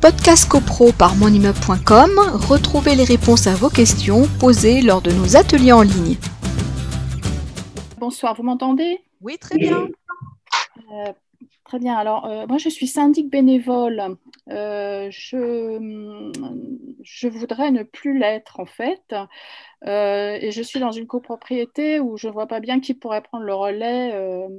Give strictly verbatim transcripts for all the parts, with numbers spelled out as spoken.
podcast copro par monimmeuble point com, retrouvez les réponses à vos questions posées lors de nos ateliers en ligne. Bonsoir, vous m'entendez? Oui, très bien. Euh, très bien. Alors, euh, moi, je suis syndic bénévole. Euh, je, je voudrais ne plus l'être, en fait. Euh, et je suis dans une copropriété où je ne vois pas bien qui pourrait prendre le relais euh,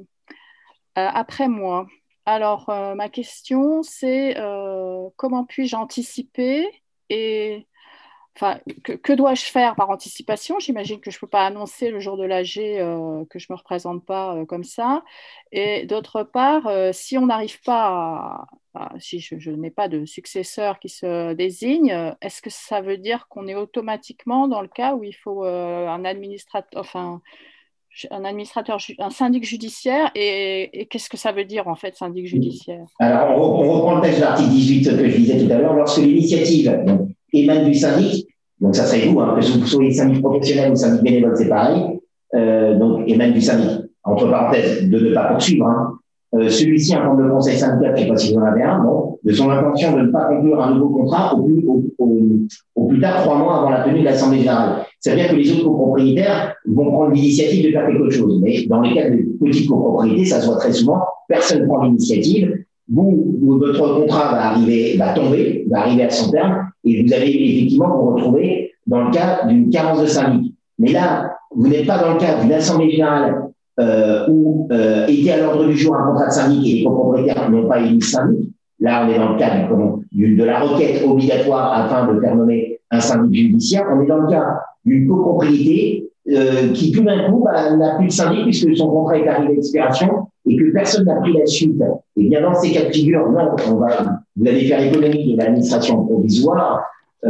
après moi. Alors, euh, ma question, c'est euh, comment puis-je anticiper et enfin, que, que dois-je faire par anticipation? J'imagine que je ne peux pas annoncer le jour de l'A G euh, que je ne me représente pas euh, comme ça. Et d'autre part, euh, si on n'arrive pas à, à- si je, je n'ai pas de successeur qui se désigne, euh, est-ce que ça veut dire qu'on est automatiquement dans le cas où il faut euh, un administrateur, enfin, un administrateur, ju- un syndic judiciaire? Et, et qu'est-ce que ça veut dire en fait, syndic judiciaire? Alors, on, on reprend le texte de l'article dix-huit que je disais tout à l'heure. Lorsque l'initiative donc, émane du syndic, donc ça serait vous, hein, que vous soyez syndic professionnel ou syndic bénévole, c'est pareil, euh, donc émane du syndic, entre parenthèses, de ne pas poursuivre. Hein. Euh, celui-ci informe le conseil syndical, je ne sais pas si vous en avez un, bon, de son intention de ne pas conclure un nouveau contrat au plus, au, au, au plus tard trois mois avant la tenue de l'Assemblée générale. Ça veut dire que les autres copropriétaires vont prendre l'initiative de faire quelque chose. Mais dans les cas de petites copropriétés, ça se voit très souvent, personne ne prend l'initiative. Vous, votre contrat va arriver, va tomber, va arriver à son terme, et vous allez effectivement vous retrouver dans le cas d'une carence de syndic. Mais là, vous n'êtes pas dans le cas d'une assemblée générale euh, où euh, était à l'ordre du jour un contrat de syndic et les copropriétaires n'ont pas élu syndic. Là, on est dans le cas du, du, de la requête obligatoire afin de faire nommer un syndic judiciaire. On est dans le cas d'une copropriété euh, qui, tout d'un coup, bah, n'a plus de syndic puisque son contrat est arrivé à expiration et que personne n'a pris la suite. Et bien, dans ces cas de figure, non, on va, vous allez faire économie de l'administration provisoire.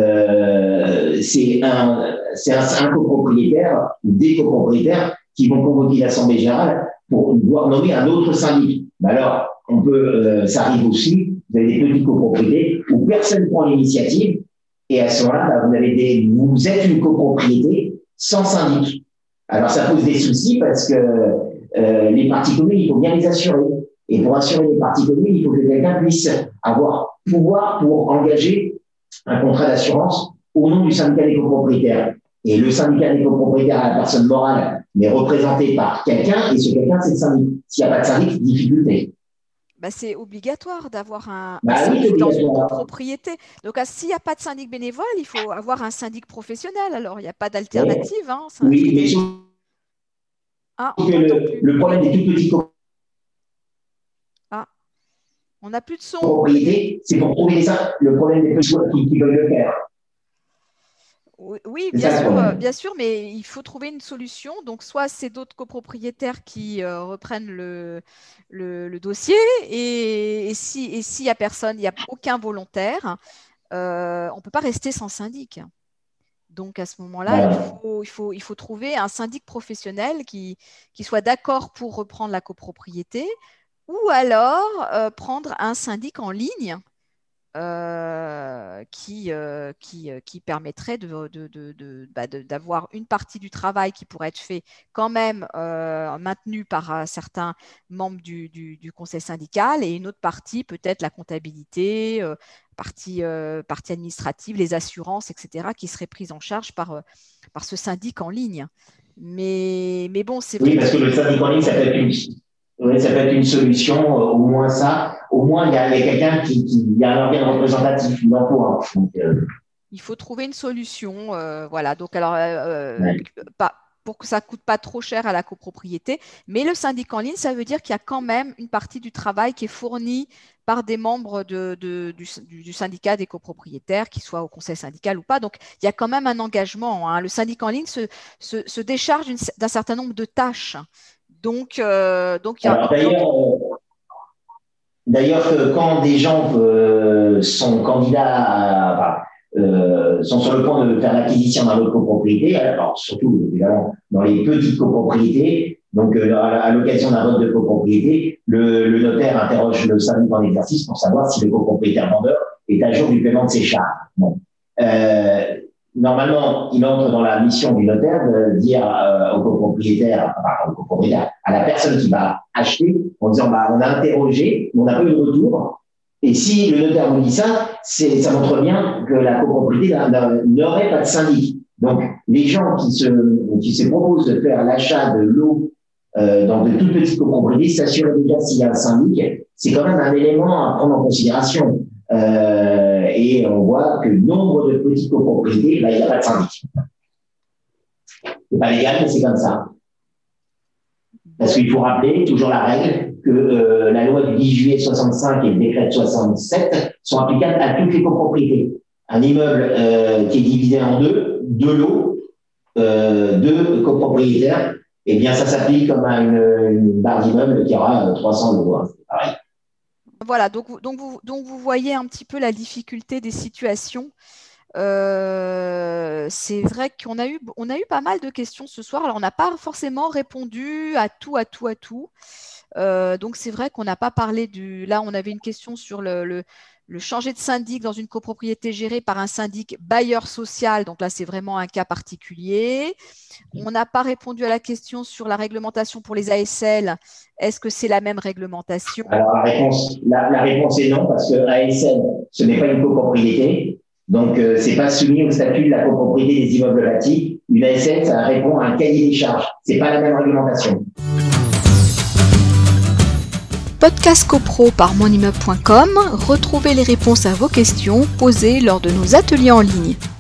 Euh, c'est un, c'est un, un copropriétaire ou des copropriétaires qui vont convoquer l'Assemblée générale pour pouvoir nommer un autre syndic. Mais alors, on peut, euh, ça arrive aussi, vous avez des petites copropriétés où personne ne prend l'initiative, et à ce moment-là, bah, vous, avez des, vous êtes une copropriété sans syndic. Alors, ça pose des soucis parce que euh, les parties communes, il faut bien les assurer. Et pour assurer les parties communes, il faut que quelqu'un puisse avoir pouvoir pour engager un contrat d'assurance au nom du syndicat des copropriétaires. Et le syndicat des copropriétaires à la personne morale, mais représenté par quelqu'un, et ce quelqu'un, c'est le syndic. S'il n'y a pas de syndic, difficulté. Bah, c'est obligatoire d'avoir un, bah, un oui, syndic dans une copropriété. Donc, ah, s'il n'y a pas de syndic bénévole, il faut avoir un syndic professionnel. Alors, il n'y a pas d'alternative. Oui, hein. oui mais des... sauf ah, que le, le problème des tout petits copropriétés, ah, on n'a plus de son. Copropriété, c'est pour trouver ça, le problème des petits qui, qui veulent le faire. Oui, bien sûr, bien sûr, mais il faut trouver une solution. Donc, soit c'est d'autres copropriétaires qui euh, reprennent le, le, le dossier, et, et si et s'il n'y a personne, il n'y a aucun volontaire, euh, on ne peut pas rester sans syndic. Donc, à ce moment-là, Voilà. il faut, il faut, il faut trouver un syndic professionnel qui, qui soit d'accord pour reprendre la copropriété, ou alors euh, prendre un syndic en ligne. Euh, qui, euh, qui, euh, qui permettrait de, de, de, de, bah de, d'avoir une partie du travail qui pourrait être fait quand même euh, maintenu par euh, certains membres du, du, du conseil syndical, et une autre partie, peut-être la comptabilité, euh, partie, euh, partie administrative, les assurances, et cetera, qui seraient prises en charge par, euh, par ce syndic en ligne. Mais, mais bon, c'est oui, vrai. parce que le syndic en ligne, ça peut être une, oui, ça peut être une solution, euh, au moins ça. Au moins, il y a, il y a quelqu'un qui, qui, il y a un organe représentatif, une emploi. Donc, euh... Il faut trouver une solution. Euh, voilà. Donc, alors, euh, ouais. pas, pour que ça ne coûte pas trop cher à la copropriété. Mais le syndic en ligne, ça veut dire qu'il y a quand même une partie du travail qui est fournie par des membres de, de, du, du syndicat des copropriétaires, qu'ils soient au conseil syndical ou pas. Donc, il y a quand même un engagement. Hein. Le syndic en ligne se, se, se décharge d'un certain nombre de tâches. Donc, euh, donc il y a, Alors, d'ailleurs, d'ailleurs, quand des gens euh, sont candidats à, enfin, euh, sont sur le point de faire l'acquisition d'un lot de copropriété, alors surtout évidemment dans les petites copropriétés, donc euh, à l'occasion d'un vote de copropriété, le, le notaire interroge le syndic en exercice pour savoir si le copropriétaire vendeur est à jour du paiement de ses charges. Bon. Euh, normalement, il entre dans la mission du notaire de dire euh, au copropriétaire, enfin, au copropriétaire, à la personne qui va acheter, en disant bah, on a interrogé, mais on n'a pas eu de retour. Et si le notaire vous dit ça, c'est, ça montre bien que la copropriété n'aurait pas de syndic. Donc, les gens qui se, qui se proposent de faire l'achat de l'eau euh, dans de toutes petites copropriétés, s'assurer déjà s'il y a un syndic, c'est quand même un élément à prendre en considération. Euh, et on voit que nombre de petites copropriétés, là, il n'y a pas de syndic. C'est pas légal, mais c'est comme ça. Parce qu'il faut rappeler toujours la règle que euh, la loi du dix juillet soixante-cinq et le décret de soixante-sept sont applicables à toutes les copropriétés. Un immeuble euh, qui est divisé en deux, deux lots, euh, deux copropriétaires, eh bien ça s'applique comme à une, une barre d'immeuble qui aura trois cents lots. Hein. C'est pareil. Voilà, donc, donc, vous, donc vous voyez un petit peu la difficulté des situations. Euh, c'est vrai qu'on a eu, on a eu pas mal de questions ce soir. Alors, on n'a pas forcément répondu à tout, à tout, à tout. Euh, donc, c'est vrai qu'on n'a pas parlé du… Là, on avait une question sur le, le, le changer de syndic dans une copropriété gérée par un syndic bailleur social. Donc là, c'est vraiment un cas particulier. On n'a pas répondu à la question sur la réglementation pour les A S L. Est-ce que c'est la même réglementation? Alors, la réponse, la, la réponse est non, parce que A S L, ce n'est pas une copropriété. Donc, euh, c'est pas soumis au statut de la copropriété des immeubles bâtis. Une A S L, ça répond à un cahier des charges. C'est pas la même réglementation. Podcast CoPro par monimmeuble point com, retrouvez les réponses à vos questions posées lors de nos ateliers en ligne.